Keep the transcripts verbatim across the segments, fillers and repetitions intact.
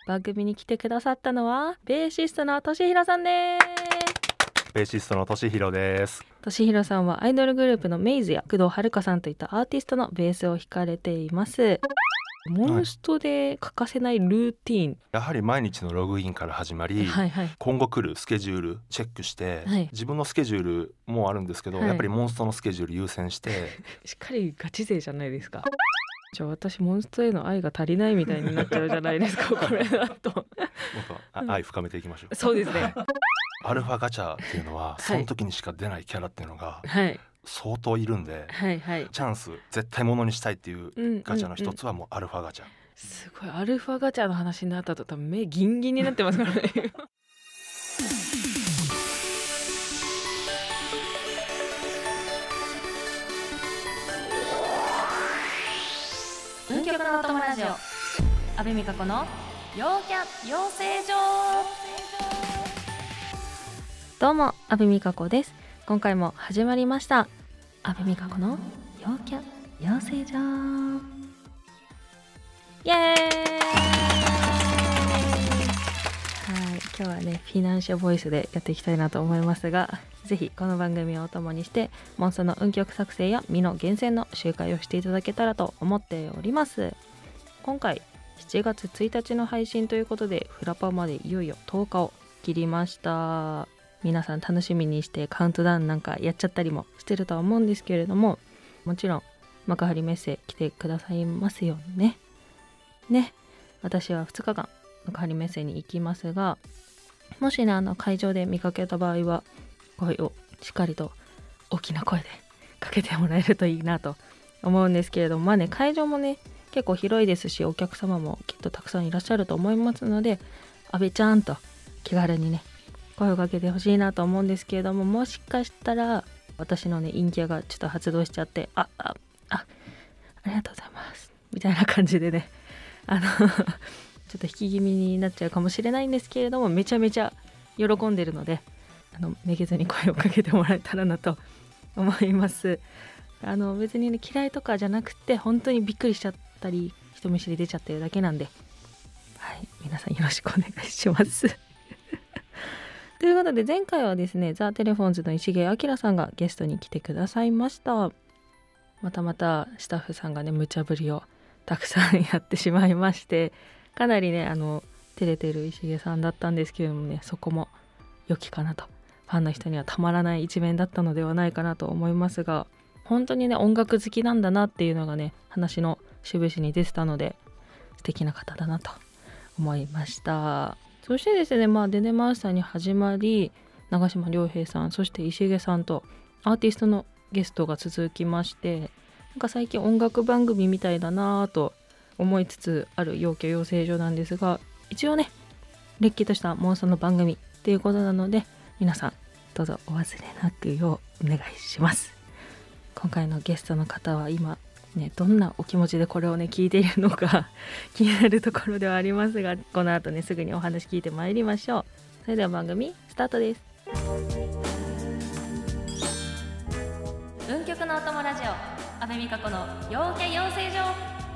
番組に来てくださったのはベーシストのとしひろさんです。 ベーシストのとしひろです。 としひろさんはアイドルグループのメイズや工藤遥さんといったアーティストのベースを弾かれています。モンストで欠かせないルーティーン、はい、 やはり毎日のログインから始まり、はいはい、今後来るスケジュールチェックして、はい、自分のスケジュールもあるんですけど、はい、やっぱりモンストのスケジュール優先してしっかりガチ勢じゃないですか。じゃあ私モンストへの愛が足りないみたいになっちゃうじゃないですかこれだともっと愛深めていきましょう。 そうですね。 アルファガチャっていうのは、はい、その時にしか出ないキャラっていうのが、はい相当いるんで、はいはい、チャンス絶対ものにしたいっていうガチャの一つはもうアルファガチャ、うんうんうん、 すごいアルファガチャの話になったと多分目ギンギンになってますからね運極のお友ラジオ阿部美香子の陽キャ養成所。どうも阿部美香子です。今回も始まりました阿部美香子の陽キャ養成所。イエーイ、はい、今日はねフィナンシャルボイスでやっていきたいなと思いますが、ぜひこの番組をお供にしてモンストの運曲作成や身の厳選の周回をしていただけたらと思っております。今回しちがつついたちの配信ということで、フラパまでいよいよとおかを切りました。皆さん楽しみにしてカウントダウンなんかやっちゃったりもしてるとは思うんですけれども、もちろん幕張メッセ来てくださいますよね。ね、私はふつかかん幕張メッセに行きますが、もしねあの会場で見かけた場合は声をしっかりと大きな声でかけてもらえるといいなと思うんですけれども、まあね会場もね結構広いですし、お客様もきっとたくさんいらっしゃると思いますので、阿部ちゃんと気軽にね声をかけてほしいなと思うんですけれども、もしかしたら私のね陰キャがちょっと発動しちゃって、あああありがとうございますみたいな感じでねあのちょっと引き気味になっちゃうかもしれないんですけれども、めちゃめちゃ喜んでるので、あのめげずに声をかけてもらえたらなと思います。あの別にね嫌いとかじゃなくて、本当にびっくりしちゃったり人見知り出ちゃってるだけなんで、はい皆さんよろしくお願いしますということで、前回はですねザ・テレフォンズの石毛明さんがゲストに来てくださいました。またまたスタッフさんがね無茶ぶりをたくさんやってしまいまして、かなりねあの照れてる石毛さんだったんですけれどもね、そこも良きかなと、ファンの人にはたまらない一面だったのではないかなと思いますが、本当にね音楽好きなんだなっていうのがね話の節々に出てたので、素敵な方だなと思いました。そしてですね、まあデネマースターに始まり、長島亮平さん、そして石毛さんとアーティストのゲストが続きまして、なんか最近音楽番組みたいだなぁと思いつつある陽キャ養成所なんですが、一応ねれっきとしたモンストの番組っていうことなので、皆さんどうぞお忘れなくようお願いします。今回のゲストの方は今ねどんなお気持ちでこれをね聞いているのか気になるところではありますが、この後ねすぐにお話聞いてまいりましょう。それでは番組スタートです。運極のお供ラジオ阿部美香子の陽キャ養成所。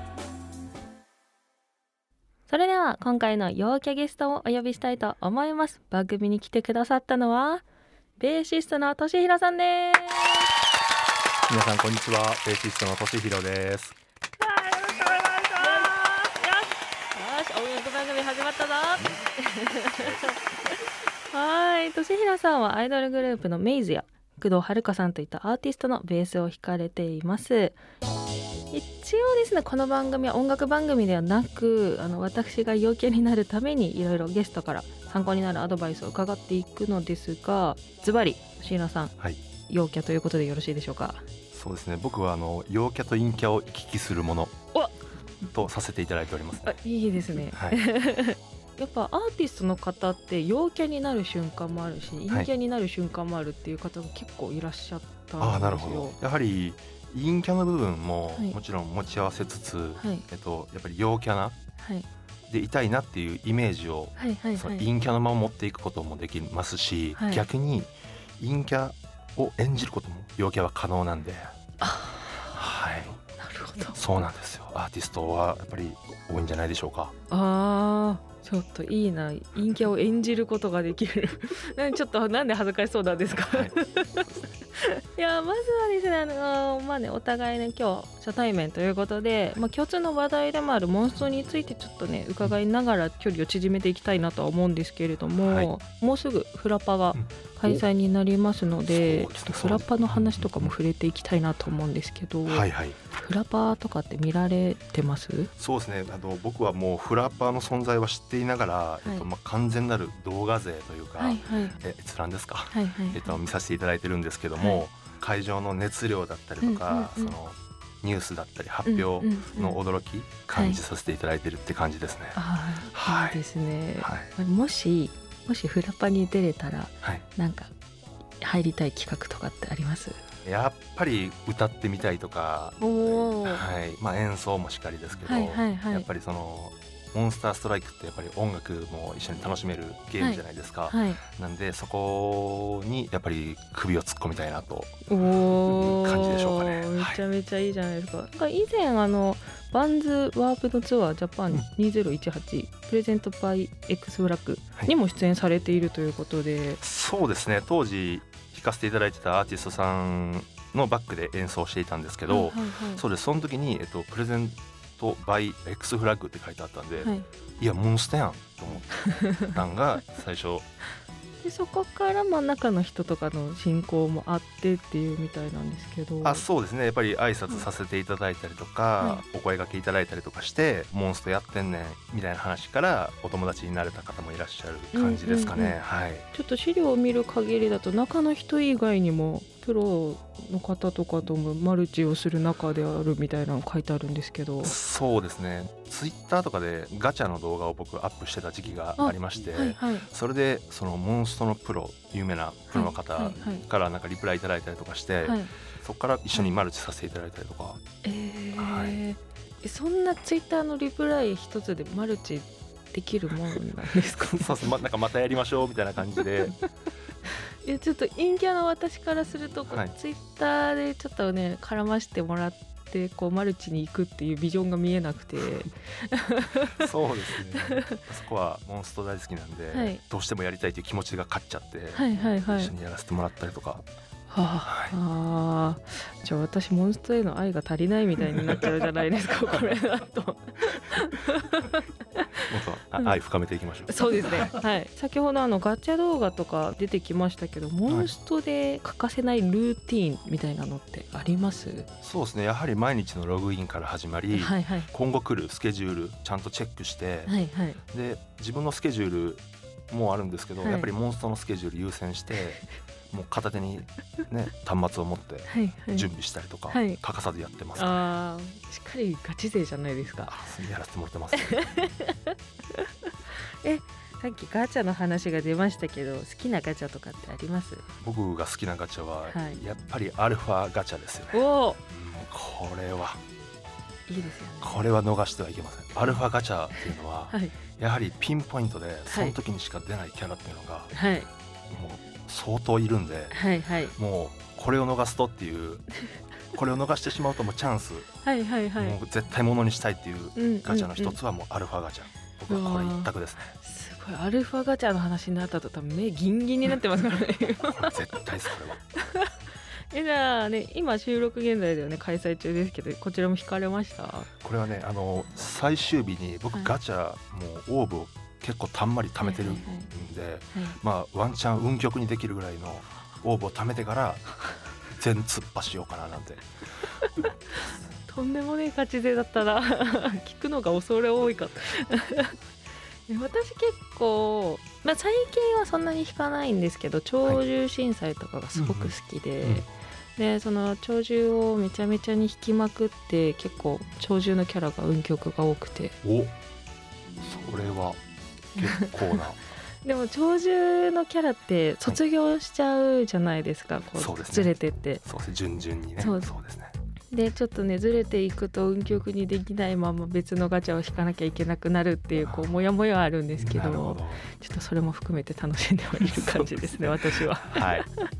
それでは今回の陽キャゲストをお呼びしたいと思います。番組に来てくださったのはベーシストのとしひろさんです。 皆さんこんにちは、ベーシストのとしひろです。 よろしくお願いします。よし、音楽番組始まったぞはい、としひろさんはアイドルグループのメイズや工藤遥さんといったアーティストのベースを弾かれています。一応ですねこの番組は音楽番組ではなく、あの私が陽キャになるためにいろいろゲストから参考になるアドバイスを伺っていくのですが、ズバリとしひろさん、はい、陽キャということでよろしいでしょうか。 そうですね、僕はあの陽キャと陰キャを行き来するものとさせていただいております。 あ、いいですね、はい、やっぱアーティストの方って陽キャになる瞬間もあるし陰キャになる瞬間もあるっていう方が結構いらっしゃったんですよ。 あ、なるほど。やはり陰キャの部分ももちろん持ち合わせつつ、はい、えっと、やっぱり陽キャな、はい、でいたいなっていうイメージを、はいはいはい、その陰キャのまま持っていくこともできますし、はい、逆に陰キャを演じることも陽キャは可能なんで、はい、なるほど、そうなんですよ。アーティストはやっぱり多いんじゃないでしょうか。 あー、 ちょっといいな、陰キャを演じることができるちょっとなんで恥ずかしそうなんですか、はい、いやまずはですね、あのまあね、お互いね今日初対面ということで、まあ、共通の話題でもあるモンストについてちょっとね伺いながら距離を縮めていきたいなとは思うんですけれども、はい、もうすぐフラパが開催になりますので、ちょっとフラパの話とかも触れていきたいなと思うんですけど、はいはい、フラパとかって見られてます？ そうですね、あの僕はもうフラパの存在は知っていながら、はい、えっとまあ、完全なる動画勢というか、はいはい、え閲覧ですか、はいはいはい、えっと、見させていただいてるんですけども、はい、会場の熱量だったりとか、うんうんうん、そのニュースだったり発表の驚き、うんうんうん、感じさせていただいてるって感じですね。 はい、いいですね、はい、もしもしフラパに出れたら、はい、なんか入りたい企画とかってあります？ やっぱり歌ってみたいとか、はいまあ、演奏もしっかりですけど、はいはいはい、やっぱりそのモンスターストライクってやっぱり音楽も一緒に楽しめるゲームじゃないですか、はいはい、なんでそこにやっぱり首を突っ込みたいなという感じでしょうかね。 めちゃめちゃいいじゃないですか、はい、なんか以前あのバンズワープドツアージャパンにせんじゅうはち、うん、プレゼントバイ X ブラックにも出演されているということで、はい、 そうですね、当時弾かせていただいてたアーティストさんのバックで演奏していたんですけど、はいはいはい、そうです、その時に、えっと、プレゼントバイ X フラッグって書いてあったんで、はい、いやモンスターやんと思ったんが最初でそこからまあ中の人とかの進行もあってっていうみたいなんですけど、 あそうですね、やっぱり挨拶させていただいたりとか、はい、お声掛けいただいたりとかしてモンストやってんねんみたいな話からお友達になれた方もいらっしゃる感じですかね、うんうんうん、はい、 ちょっと資料を見る限りだと中の人以外にもプロの方とかともマルチをする中であるみたいなの書いてあるんですけど、 そうですね、ツイッターとかでガチャの動画を僕アップしてた時期がありまして、はいはい、それでそのモンストのプロ有名なプロの方からなんかリプライいただいたりとかして、はいはいはい、そこから一緒にマルチさせていただいたりとか、 えーはい、そんなツイッターのリプライ一つでマルチできるもんなんですか？ そうそう、ま、なんかまたやりましょうみたいな感じでいやちょっと陰キャの私からすると、はい、ツイッターでちょっとね絡ましてもらってこうマルチに行くっていうビジョンが見えなくてそうですね、そこはモンスト大好きなんで、はい、どうしてもやりたいという気持ちが勝っちゃって、はいはいはい、一緒にやらせてもらったりとか、はあはい、あじゃあ私モンストへの愛が足りないみたいになっちゃうじゃないですかこれだと愛深めていきましょう、 うん、そうですね、はい、先ほどあのガチャ動画とか出てきましたけど、モンストで欠かせないルーティーンみたいなのってあります？ そうですね、やはり毎日のログインから始まり、はいはい、今後来るスケジュールちゃんとチェックして、はいはい、で自分のスケジュールもあるんですけど、はい、やっぱりモンストのスケジュール優先してもう片手に、ね、端末を持って準備したりとか、はいはい、欠かさずやってます、ね、 あしっかりガチ勢じゃないですか。 あやらせてもらってます、ね、 えさっきガチャの話が出ましたけど好きなガチャとかってあります？ 僕が好きなガチャは、はい、やっぱりアルファガチャですよね。 お、うん、 これはいいですよね。 これは逃してはいけません。アルファガチャっていうのは、はい、やはりピンポイントでその時にしか出ないキャラっていうのが、はい、もう相当いるんで、はいはい、もうこれを逃すとっていうこれを逃してしまうともうチャンスはいはい、はい、もう絶対ものにしたいっていうガチャの一つはもうアルファガチャ、うんうんうん、僕はこれ一択ですね。 すごいアルファガチャの話になったと多分目ギンギンになってますからねこれ絶対ですこれはえじゃあね今収録現在ではね開催中ですけどこちらも引かれました？ これはねあの最終日に僕ガチャもうオーブを結構たんまり貯めてるんで、はいはいはい、まあワンチャン運極にできるぐらいのオーブを貯めてから全突破しようかななんてとんでもねえ勝ち勢だったら聞くのが恐れ多いか私結構、まあ、最近はそんなに引かないんですけど鳥獣震災とかがすごく好きで、はいうんうん、でその鳥獣をめちゃめちゃに引きまくって結構鳥獣のキャラが運極が多くて、 おそれは結構なでも鳥獣のキャラって卒業しちゃうじゃないですか、はい、こうそうですね、ずれてってそうですね順々にねそうそうですねでちょっとねずれていくと運極にできないまま別のガチャを引かなきゃいけなくなるっていうこうモヤモヤあるんですけ ど, どちょっとそれも含めて楽しんではいる感じですね私は、はい、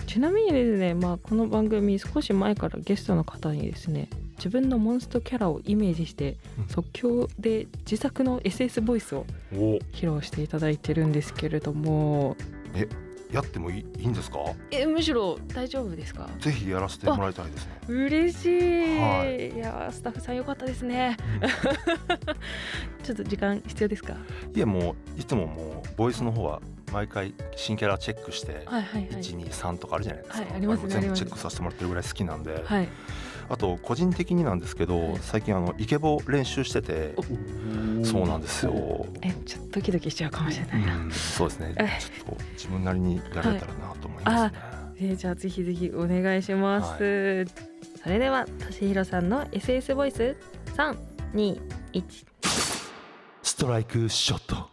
ちなみにですね、まあ、この番組少し前からゲストの方にですね、自分のモンストキャラをイメージして即興で自作の エスエス ボイスを披露していただいてるんですけれども、 えやってもい い, いいんですか？ えむしろ大丈夫ですか？ ぜひやらせてもらいたいですね。 嬉しい、はい、いやスタッフさんよかったですね、うん、ちょっと時間必要ですか？ いやもういつももうボイスの方は毎回新キャラチェックして、 はいはいはい、 いちにさんとかあるじゃないですか、 はい、ありますね、 全部チェックさせてもらってるぐらい好きなんで、 はい、 あと個人的になんですけど、はい、最近あのイケボ練習してて、そうなんですよ。 えちょっとドキドキしちゃうかもしれないな、 うん、そうですね、ちょっと自分なりにやれたらなと思いますね、はい、 えー、じゃあぜひぜひお願いします、はい、それではとしひろさんの エスエス ボイスさん、に、いちストライクショット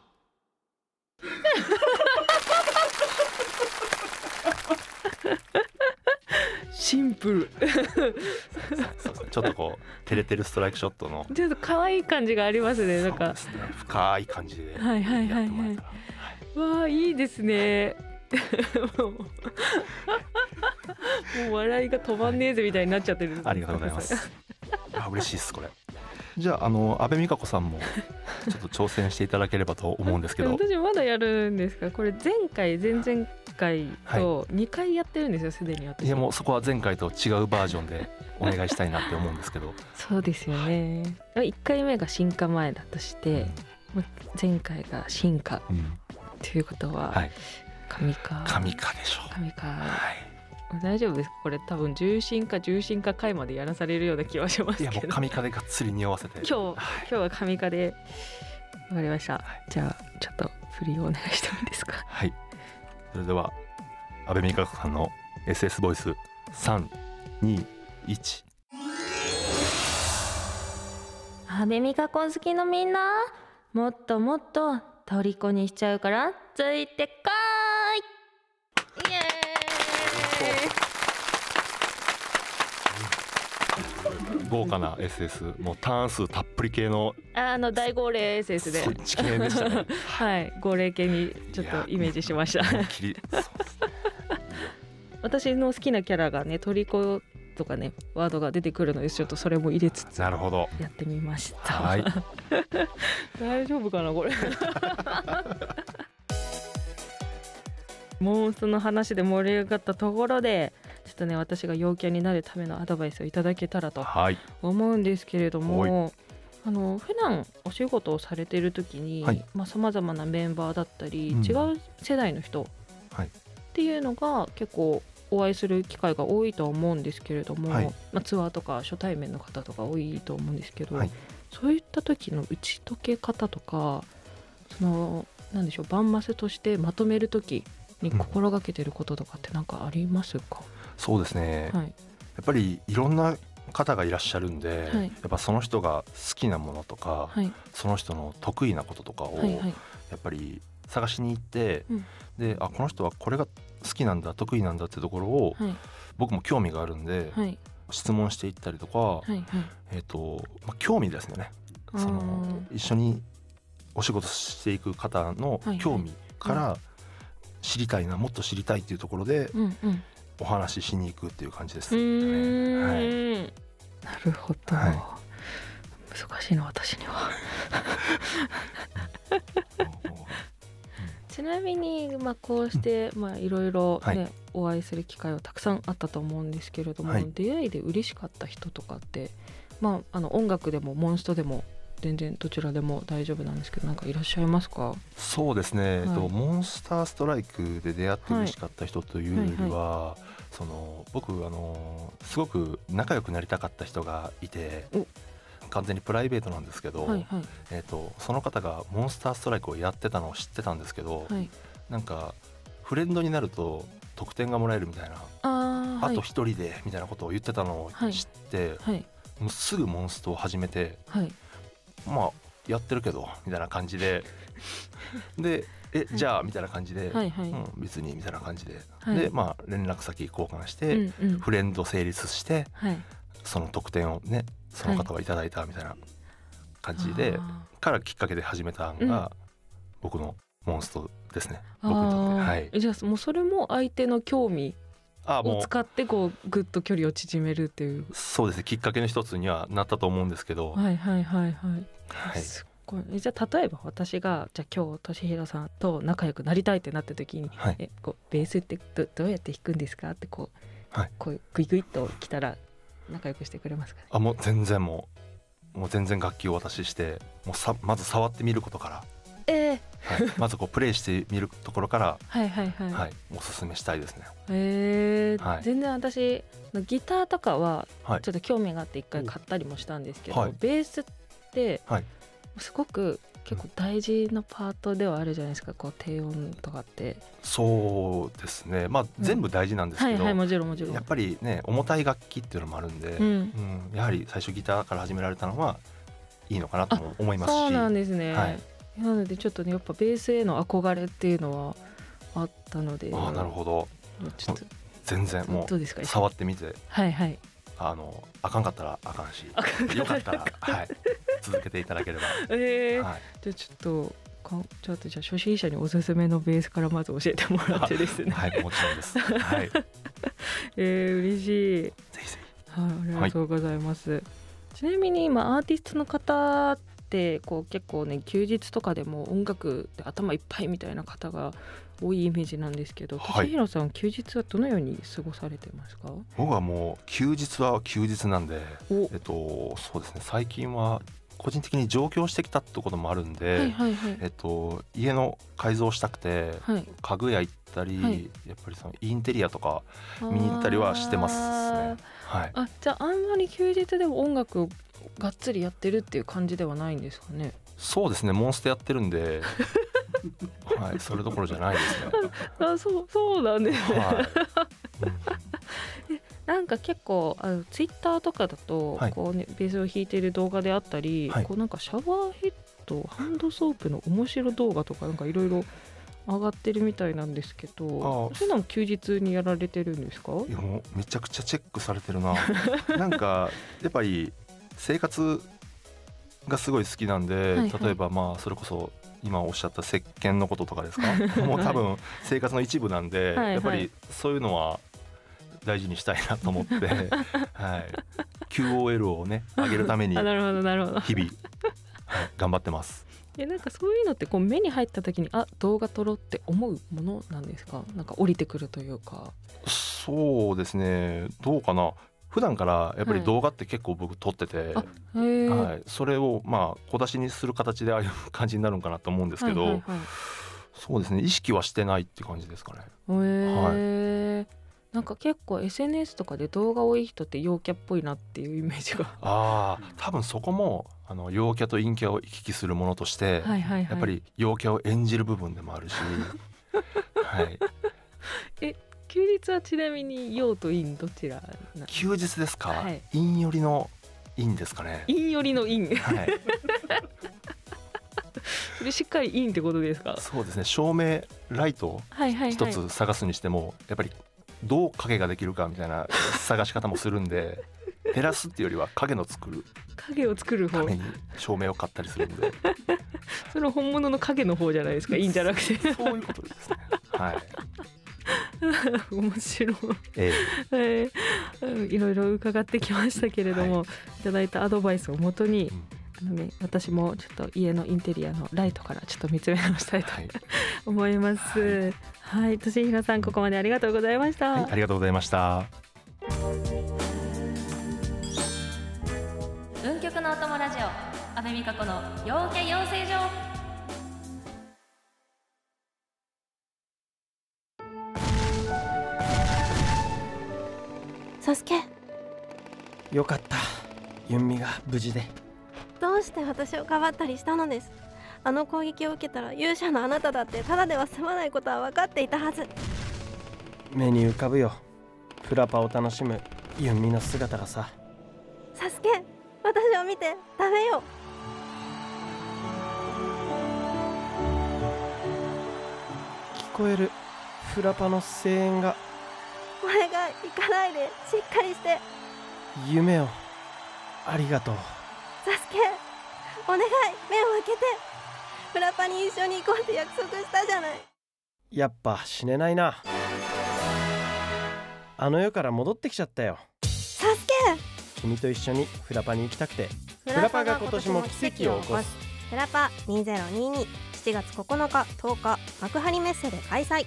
シンプルちょっとこう照れてるストライクショットのちょっと可愛い感じがありますね。なんかそうですね、深い感じでやってもらえたら、はいはいはいはい、 わあいいですねもうもう笑いが止まんねえぜみたいになっちゃってる、はい、 ありがとうございますあ嬉しいですこれ。じゃあ、あの安部美香子さんもちょっと挑戦していただければと思うんですけど私まだやるんですか？これ前回前々回とにかいやってるんですよすでに私。 いやもうそこは前回と違うバージョンでお願いしたいなって思うんですけどそうですよね、いっかいめが進化前だとして、うん、前回が進化、うん、ということは、はい、神か神かでしょう。 神か、はい、大丈夫ですか？これ多分重心か重心か回までやらされるような気はしますけど。 いやもう神かでがっつり匂わせて今日、はい、今日は神かでわかりました、はい、じゃあちょっと振りをお願いしてもいいですか？ はい、それでは安部美香子さんの エスエス ボイスさん、に、いち安部美香子好きのみんな、もっともっと虜にしちゃうからついてこーい。イエーイ豪華な エスエス、もうターン数たっぷり系のあの大号令 エスエス でそっち系でしたねはい号令系にちょっとイメージしました私の好きなキャラがね虜とかねワードが出てくるのでちょっとそれも入れつつなるほどやってみました。 はい大丈夫かなこれモンストの話で盛り上がったところでちょっとね私が陽キャになるためのアドバイスをいただけたらと思うんですけれども、はい、あの普段お仕事をされている時にさまざ、まなメンバーだったり、うん、違う世代の人っていうのが結構お会いする機会が多いとは思うんですけれども、はい、まあ、ツアーとか初対面の方とか多いと思うんですけど、はい、そういった時の打ち解け方とかそのなんでしょうバンマスとしてまとめる時に心がけてることとかって何かありますか？うん、 そうですね、はい、やっぱりいろんな方がいらっしゃるんで、はい、やっぱその人が好きなものとか、はい、その人の得意なこととかをやっぱり探しに行って、はいはい、であこの人はこれが好きなんだ得意なんだってところを、はい、僕も興味があるんで、はい、質問していったりとか、はいはい、えーとまあ、興味ですよね。その一緒にお仕事していく方の興味から知りたいな、もっと知りたいっていうところでお話ししに行くっていう感じです、ね。うーん、はい、なるほど、はい、難しいな私にはちなみに、まあ、こうしていろいろお会いする機会はたくさんあったと思うんですけれども、はい、出会いで嬉しかった人とかって、まあ、あの音楽でもモンストでも全然どちらでも大丈夫なんですけどなんかいらっしゃいますか？ そうですね、はい、とモンスターストライクで出会って嬉しかった人というよりは、はいはいはい、その僕あのすごく仲良くなりたかった人がいて完全にプライベートなんですけど、はいはい、えー、とその方がモンスターストライクをやってたのを知ってたんですけど、はい、なんかフレンドになると得点がもらえるみたいな あ, あと一人でみたいなことを言ってたのを知って、はいはい、もうすぐモンストを始めて、はい、まあやってるけどみたいな感じででえじゃあみたいな感じで、はいはい、うん、別にみたいな感じで、はい、でまあ連絡先交換して、うんうん、フレンド成立して、はい、その得点をねその方はいただいたみたいな感じで、はい、からきっかけで始めたのが、うん、僕のモンストですね。僕にとって、はい、 じゃあもうそれも相手の興味を使ってこうぐっと距離を縮めるっていう。 そうですね、きっかけの一つにはなったと思うんですけど。 はいはいはいはい、はい、すごい。じゃあ例えば私がじゃあ今日俊弘さんと仲良くなりたいってなった時に、はい、えこうベースって ど, どうやって弾くんですかってこう、はい、こうグイグイっと来たら仲良くしてくれますかね。 あ、もう全然もうもう全然楽器をお渡ししてもうさまず触ってみることから、 えーはい、まずこうプレイしてみるところからはいはいはい、 はい、おすすめしたいですね。 えーはい、全然私ギターとかはちょっと興味があって一回買ったりもしたんですけど、はい、ベースってすごく結構大事なパートではあるじゃないですか、こう低音とかって。 そうですね、まあ、全部大事なんですけど、うんはいはい、もちろんもちろんやっぱりね重たい楽器っていうのもあるんで、うんうん、やはり最初ギターから始められたのはいいのかなとも思いますし。 そうなんですね、はい、なのでちょっとねやっぱベースへの憧れっていうのはあったので。 あ、なるほど。ちょっと全然もう触ってみて、 はいはい、 あのあかんかったらあかんしよかったら、はい、続けていただければ。 えーはい、じゃあちょっとかちょっとじゃあ初心者におすすめのベースからまず教えてもらってですね。 はいもちろんです、はいえー、嬉しい。 ぜひぜひ、はい、ありがとうございます、はい、ちなみに今アーティストの方ってこう結構ね休日とかでも音楽で頭いっぱいみたいな方が多いイメージなんですけど、俊弘さん休日はどのように過ごされてますか？ 僕はもう休日は休日なんで、えっとそうですね、最近は個人的に上京してきたってこともあるんで、はいはいはい、えっと、家の改造したくて、はい、家具屋行ったり、はい、やっぱりそのインテリアとか見に行ったりはしてますね、はい、 あじゃああんまり休日でも音楽をがっつりやってるっていう感じではないんですかね？ そうですね、モンストやってるんではい、それどころじゃないですね。 あ、そうそうなんですね、はいうん、なんか結構あのツイッターとかだと、はいこうね、ベースを弾いている動画であったり、はい、こうなんかシャワーヘッドハンドソープの面白動画とかなんかいろいろ上がってるみたいなんですけど、そういうのも休日にやられてるんですか？ いやもうめちゃくちゃチェックされてるななんかやっぱり生活がすごい好きなんで、はいはい、例えばまあそれこそ今おっしゃった石鹸のこととかですかもう多分生活の一部なんで、はいはい、やっぱりそういうのは大事にしたいなと思って、はい、キューオーエル をね上げるために日々、はい、頑張ってます。 えなんかそういうのってこう目に入った時にあ動画撮ろうって思うものなんですか？なんか降りてくるというか。 そうですね、どうかな。普段からやっぱり動画って結構僕撮ってて、はいはい、それをまあ小出しにする形でああいう感じになるのかなと思うんですけど、はいはいはい、そうですね、意識はしてないって感じですかね。 へー、はい、なんか結構 エスエヌエス とかで動画多い人って陽キャっぽいなっていうイメージがあ多分そこもあの陽キャと陰キャを行き来するものとして、はいはいはい、やっぱり陽キャを演じる部分でもあるしはい、 え休日はちなみに陽と陰どちらな？ 休日ですか、はい、陰寄りの陰ですかね。 陰寄りの陰、 はい、 それしっかり陰ってことですか？ そうですね、照明ライトを一つ探すにしても、はいはいはい、やっぱりどう影ができるかみたいな探し方もするんで照らすっていうよりは影の作る影を作る方ために照明を買ったりするんでそれ本物の影の方じゃないですか、陰じゃなくてそういうことですね。はい面白い、えええー、いろいろ伺ってきましたけれども、はい、いただいたアドバイスをもとに、うん、あのね、私もちょっと家のインテリアのライトからちょっと見つめ直したいと、はい、思います。はい、はい、俊弘さんここまでありがとうございました。 はい、ありがとうございました。 運極のお供ラジオ、阿部美香子の陽キャ養成所。 サスケ、 よかった、ユンミが無事で。 どうして私をかばったりしたのです。あの攻撃を受けたら勇者のあなただってただでは済まないことは分かっていたはず。 目に浮かぶよ、フラパを楽しむユンミの姿がさ。 サスケ、私を見て食べよう。 聞こえるフラパの声援が。 お願い、行かないで、しっかりして。 夢をありがとう。 サスケ、お願い、目を開けて。フラパに一緒に行こうって約束したじゃない。 やっぱ死ねないな。 あの世から戻ってきちゃったよ。 サスケ、 君と一緒にフラパに行きたくて。 フフラパが今年も奇跡を起こす。 フラパにせんにじゅうに、しちがつここのかとおか幕張メッセで開催。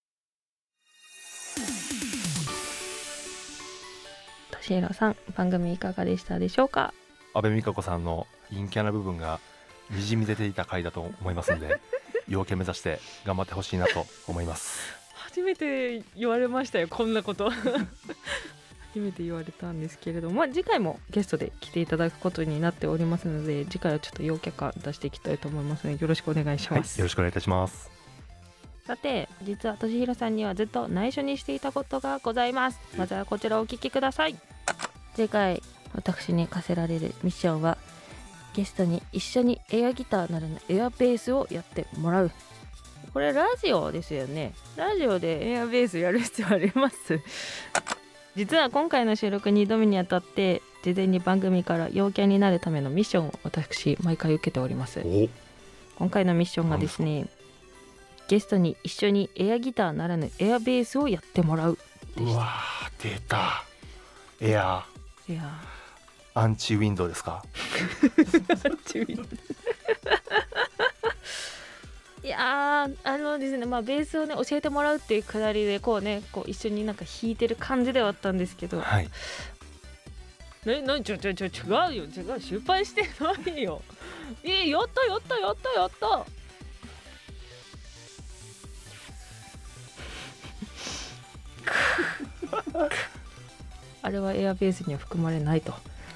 としひろさん、番組いかがでしたでしょうか？ 阿部美香子さんの陰キャな部分がにじみ出ていた回だと思いますので陽キャ目指して頑張ってほしいなと思います。 初めて言われましたよ、こんなこと初めて言われたんですけれども、まあ、次回もゲストで来ていただくことになっておりますので、次回はちょっと陽キャ感出していきたいと思いますのでよろしくお願いします、 はい、よろしくお願いいたします。 さて、実はとしひろさんにはずっと内緒にしていたことがございます。まずはこちらをお聞きください。次回私に課せられるミッションは、ゲストに一緒にエアギターなどのエアベースをやってもらう。これラジオですよね。ラジオでエアベースやる必要あります実は今回の収録にどめにあたって事前に番組から陽キャになるためのミッションを私毎回受けております。今回のミッションがですね、ゲストに一緒にエアギターならぬエアベースをやってもらうでした。 うわー、出た。エアエアアンチウィンドウですかいやー、あのですね、まあベースをね教えてもらうっていうくだりでこうね、こう一緒になんか弾いてる感じではあったんですけど、 はい。 ななちょちょちょ違うよ、違う、失敗してないよえー、やったやったやったやったあれはエアベースには含まれないと。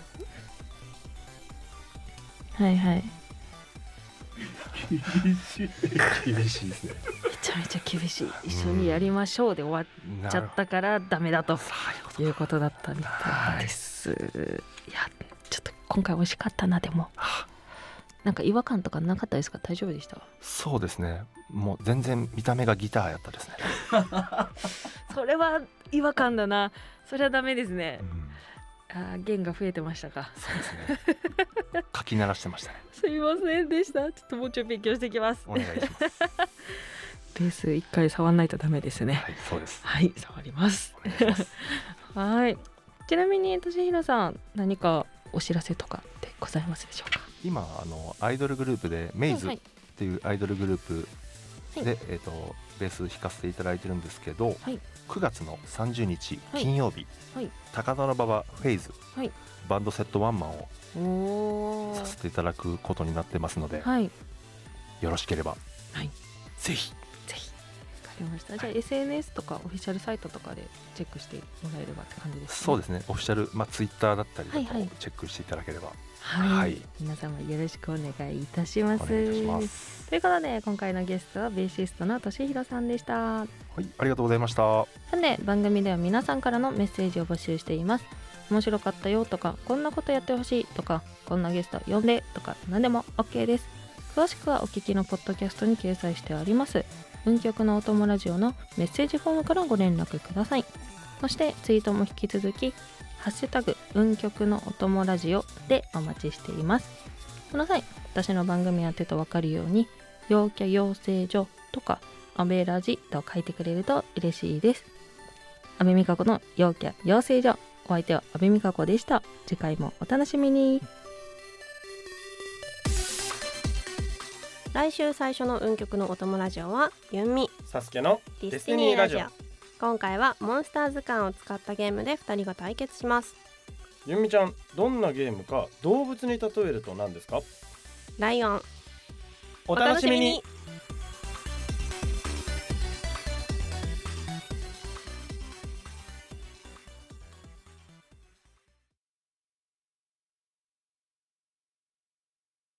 はいはい、 厳しい厳しいですね。 めちゃめちゃ厳しい。一緒にやりましょうで終わっちゃったからダメだということだったみたいです。いや、ちょっと今回惜しかったな。でもなんか違和感とかなかったですか？大丈夫でした？ そうですね、もう全然見た目がギターやったですねそれは違和感だな。それはダメですね、 うん、 あ、弦が増えてましたか？ そうですね書き鳴らしてましたね。 すいませんでした。ちょっともうちょい勉強していきます。 お願いしますベース一回触んないとダメですね。 はい、そうです。 はい、触りますお願いしますはい。ちなみにとしひろさん、何かお知らせとかってございますでしょうか？ 今あのアイドルグループでメイズっていうアイドルグループで、はい、えー、とベース弾かせていただいてるんですけど、はい、くがつのさんじゅうにち金曜日、はいはい、高田馬場フェイズ、はい、バンドセットワンマンをさせていただくことになってますので、はい、よろしければ、はい、ぜひぜひ。わかりました。じゃあ エスエヌエス とかオフィシャルサイトとかでチェックしてもらえればって感じですね。 そうですね、オフィシャル、まあ、ツイッターだったりとかをチェックしていただければ、 はい、はい、皆様よろしくお願いいたします。お願いいたします。ということで今回のゲストはベーシストのとしひろさんでした。 はい、ありがとうございました。 さて、番組では皆さんからのメッセージを募集しています。面白かったよとか、こんなことやってほしいとか、こんなゲスト呼んでとか、何でも OK です。詳しくはお聞きのポッドキャストに掲載してあります運極のお供ラジオのメッセージフォームからご連絡ください。そしてツイートも引き続きハッシュタグ運極のお供ラジオでお待ちしています。この際、私の番組宛てと分かるように陽キャ養成所とかアベラジと書いてくれると嬉しいです。阿部美香子の陽キャ養成所、お相手は阿部美香子でした。次回もお楽しみに。 来週最初の運極のお供ラジオはユンミ、 サスケのディスティニーラジオ。今回はモンスター図鑑を使ったゲームでふたりが対決します。 ユンミちゃん、どんなゲームか動物に例えると何ですか？ ライオン。 お楽しみに。